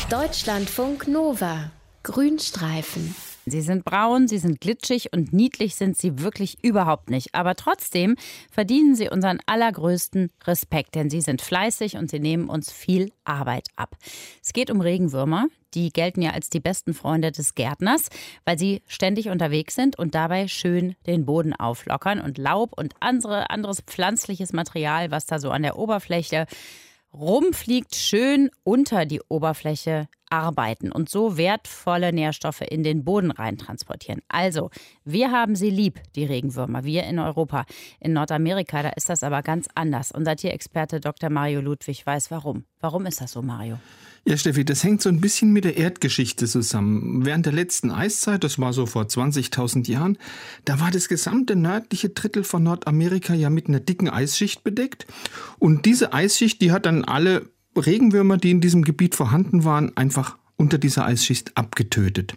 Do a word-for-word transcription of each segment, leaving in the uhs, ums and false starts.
Deutschlandfunk Nova. Grünstreifen. Sie sind braun, sie sind glitschig und niedlich sind sie wirklich überhaupt nicht. Aber trotzdem verdienen sie unseren allergrößten Respekt, denn sie sind fleißig und sie nehmen uns viel Arbeit ab. Es geht um Regenwürmer. Die gelten ja als die besten Freunde des Gärtners, weil sie ständig unterwegs sind und dabei schön den Boden auflockern und Laub und andere, anderes pflanzliches Material, was da so an der Oberfläche rumfliegt, schön unter die Oberfläche arbeiten und so wertvolle Nährstoffe in den Boden rein transportieren. Also, wir haben sie lieb, die Regenwürmer, wir in Europa. In Nordamerika, da ist das aber ganz anders. Unser Tierexperte Doktor Mario Ludwig weiß warum. Warum ist das so, Mario? Ja, Steffi, das hängt so ein bisschen mit der Erdgeschichte zusammen. Während der letzten Eiszeit, das war so vor zwanzigtausend Jahren, da war das gesamte nördliche Drittel von Nordamerika ja mit einer dicken Eisschicht bedeckt. Und diese Eisschicht, die hat dann alle Regenwürmer, die in diesem Gebiet vorhanden waren, einfach unter dieser Eisschicht abgetötet.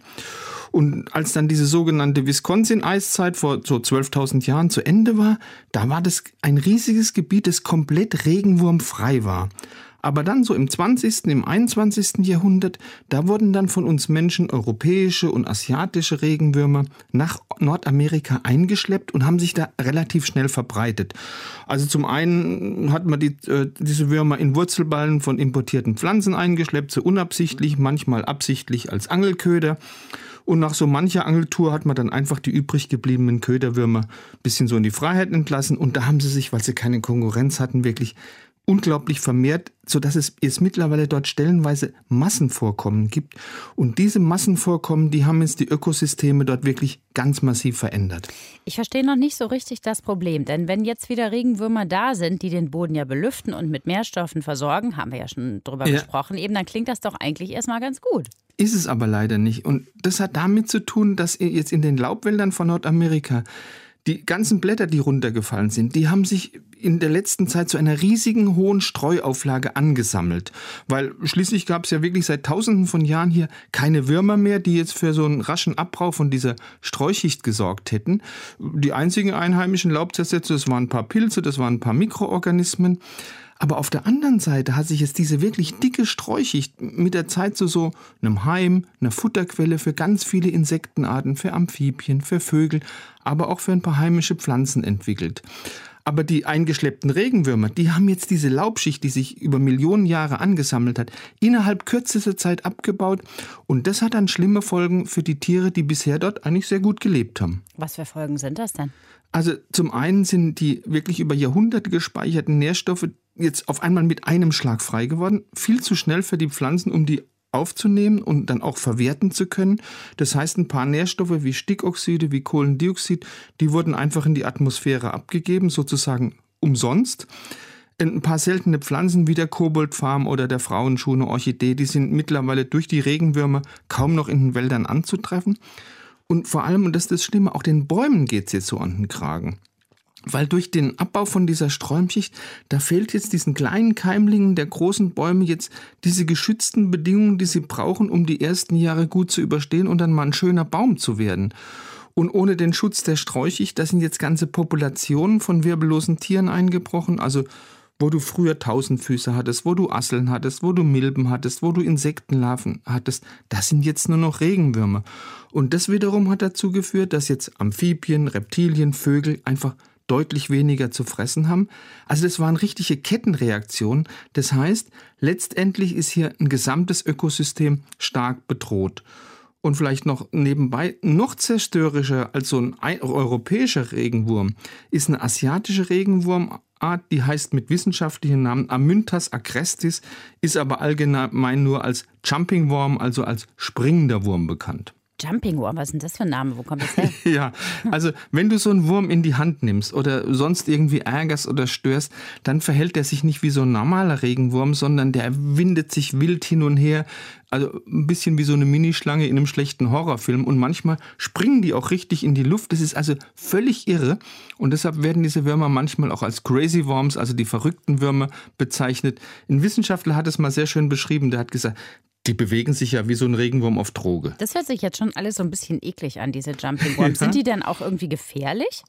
Und als dann diese sogenannte Wisconsin-Eiszeit vor so zwölftausend Jahren zu Ende war, da war das ein riesiges Gebiet, das komplett regenwurmfrei war. Aber dann so im zwanzigsten, im einundzwanzigsten Jahrhundert, da wurden dann von uns Menschen europäische und asiatische Regenwürmer nach Nordamerika eingeschleppt und haben sich da relativ schnell verbreitet. Also zum einen hat man die, äh, diese Würmer in Wurzelballen von importierten Pflanzen eingeschleppt, so unabsichtlich, manchmal absichtlich als Angelköder. Und nach so mancher Angeltour hat man dann einfach die übrig gebliebenen Köderwürmer ein bisschen so in die Freiheit entlassen. Und da haben sie sich, weil sie keine Konkurrenz hatten, wirklich unglaublich vermehrt, sodass es jetzt mittlerweile dort stellenweise Massenvorkommen gibt. Und diese Massenvorkommen, die haben jetzt die Ökosysteme dort wirklich ganz massiv verändert. Ich verstehe noch nicht so richtig das Problem. Denn wenn jetzt wieder Regenwürmer da sind, die den Boden ja belüften und mit Nährstoffen versorgen, haben wir ja schon drüber ja. gesprochen, eben, dann klingt das doch eigentlich erstmal ganz gut. Ist es aber leider nicht. Und das hat damit zu tun, dass jetzt in den Laubwäldern von Nordamerika die ganzen Blätter, die runtergefallen sind, die haben sich in der letzten Zeit zu einer riesigen hohen Streuauflage angesammelt. Weil schließlich gab es ja wirklich seit tausenden von Jahren hier keine Würmer mehr, die jetzt für so einen raschen Abbau von dieser Streuschicht gesorgt hätten. Die einzigen einheimischen Laubzersetzer, das waren ein paar Pilze, das waren ein paar Mikroorganismen. Aber auf der anderen Seite hat sich jetzt diese wirklich dicke Streuschicht mit der Zeit zu so einem Heim, einer Futterquelle für ganz viele Insektenarten, für Amphibien, für Vögel, aber auch für ein paar heimische Pflanzen entwickelt. Aber die eingeschleppten Regenwürmer, die haben jetzt diese Laubschicht, die sich über Millionen Jahre angesammelt hat, innerhalb kürzester Zeit abgebaut. Und das hat dann schlimme Folgen für die Tiere, die bisher dort eigentlich sehr gut gelebt haben. Was für Folgen sind das denn? Also zum einen sind die wirklich über Jahrhunderte gespeicherten Nährstoffe jetzt auf einmal mit einem Schlag frei geworden. Viel zu schnell für die Pflanzen, um die aufzunehmen und dann auch verwerten zu können. Das heißt, ein paar Nährstoffe wie Stickoxide, wie Kohlendioxid, die wurden einfach in die Atmosphäre abgegeben, sozusagen umsonst. Ein paar seltene Pflanzen wie der Koboldfarn oder der Frauenschuh, eine Orchidee, die sind mittlerweile durch die Regenwürmer kaum noch in den Wäldern anzutreffen. Und vor allem, und das ist das Schlimme, auch den Bäumen geht es jetzt so an den Kragen. Weil durch den Abbau von dieser Sträumschicht, da fehlt jetzt diesen kleinen Keimlingen der großen Bäume jetzt diese geschützten Bedingungen, die sie brauchen, um die ersten Jahre gut zu überstehen und dann mal ein schöner Baum zu werden. Und ohne den Schutz der Sträuchicht, da sind jetzt ganze Populationen von wirbellosen Tieren eingebrochen, also wo du früher Tausendfüße hattest, wo du Asseln hattest, wo du Milben hattest, wo du Insektenlarven hattest, das sind jetzt nur noch Regenwürmer. Und das wiederum hat dazu geführt, dass jetzt Amphibien, Reptilien, Vögel einfach deutlich weniger zu fressen haben. Also das waren richtige Kettenreaktionen. Das heißt, letztendlich ist hier ein gesamtes Ökosystem stark bedroht. Und vielleicht noch nebenbei, noch zerstörerischer als so ein europäischer Regenwurm ist eine asiatische Regenwurmart, die heißt mit wissenschaftlichen Namen Amyntas agrestis, ist aber allgemein nur als Jumping Worm, also als springender Wurm bekannt. Jumping Worm, was ist denn das für ein Name? Wo kommt das her? Ja, also wenn du so einen Wurm in die Hand nimmst oder sonst irgendwie ärgerst oder störst, dann verhält er sich nicht wie so ein normaler Regenwurm, sondern der windet sich wild hin und her. Also ein bisschen wie so eine Minischlange in einem schlechten Horrorfilm. Und manchmal springen die auch richtig in die Luft. Das ist also völlig irre. Und deshalb werden diese Würmer manchmal auch als Crazy Worms, also die verrückten Würmer, bezeichnet. Ein Wissenschaftler hat es mal sehr schön beschrieben. Der hat gesagt, die bewegen sich ja wie so ein Regenwurm auf Droge. Das hört sich jetzt schon alles so ein bisschen eklig an, diese Jumping Worms. Ja. Sind die denn auch irgendwie gefährlich?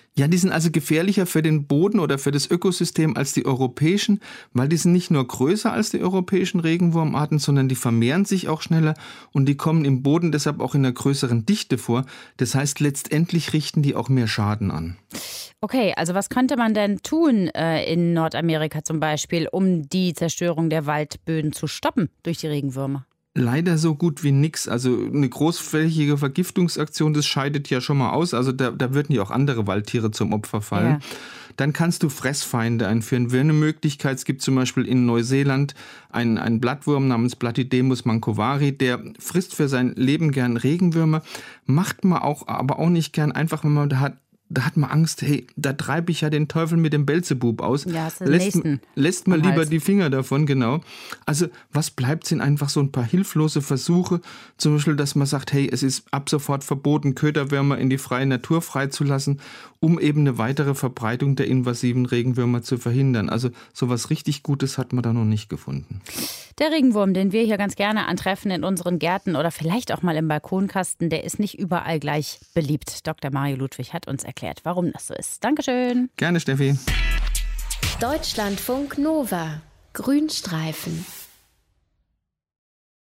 Ja, die sind also gefährlicher für den Boden oder für das Ökosystem als die europäischen, weil die sind nicht nur größer als die europäischen Regenwurmarten, sondern die vermehren sich auch schneller und die kommen im Boden deshalb auch in einer größeren Dichte vor. Das heißt, letztendlich richten die auch mehr Schaden an. Okay, also was könnte man denn tun äh, in Nordamerika zum Beispiel, um die Zerstörung der Waldböden zu stoppen durch die Regenwürmer? Leider so gut wie nix. Also eine großflächige Vergiftungsaktion, das scheidet ja schon mal aus. Also da, da würden ja auch andere Waldtiere zum Opfer fallen. Ja. Dann kannst du Fressfeinde einführen. Wäre eine Möglichkeit, es gibt zum Beispiel in Neuseeland einen, einen Blattwurm namens Platydemus mancovari, der frisst für sein Leben gern Regenwürmer, macht man auch, aber auch nicht gern, einfach wenn man da hat, Da hat man Angst, hey, da treibe ich ja den Teufel mit dem Belzebub aus. Ja, das ist lässt, nächsten lässt man lieber Hals. die Finger davon, genau. Also was bleibt, sind einfach so ein paar hilflose Versuche. Zum Beispiel, dass man sagt, hey, es ist ab sofort verboten, Köderwürmer in die freie Natur freizulassen, um eben eine weitere Verbreitung der invasiven Regenwürmer zu verhindern. Also sowas richtig Gutes hat man da noch nicht gefunden. Der Regenwurm, den wir hier ganz gerne antreffen in unseren Gärten oder vielleicht auch mal im Balkonkasten, der ist nicht überall gleich beliebt. Doktor Mario Ludwig hat uns erklärt, warum das so ist. Dankeschön. Gerne, Steffi. Deutschlandfunk Nova. Grünstreifen.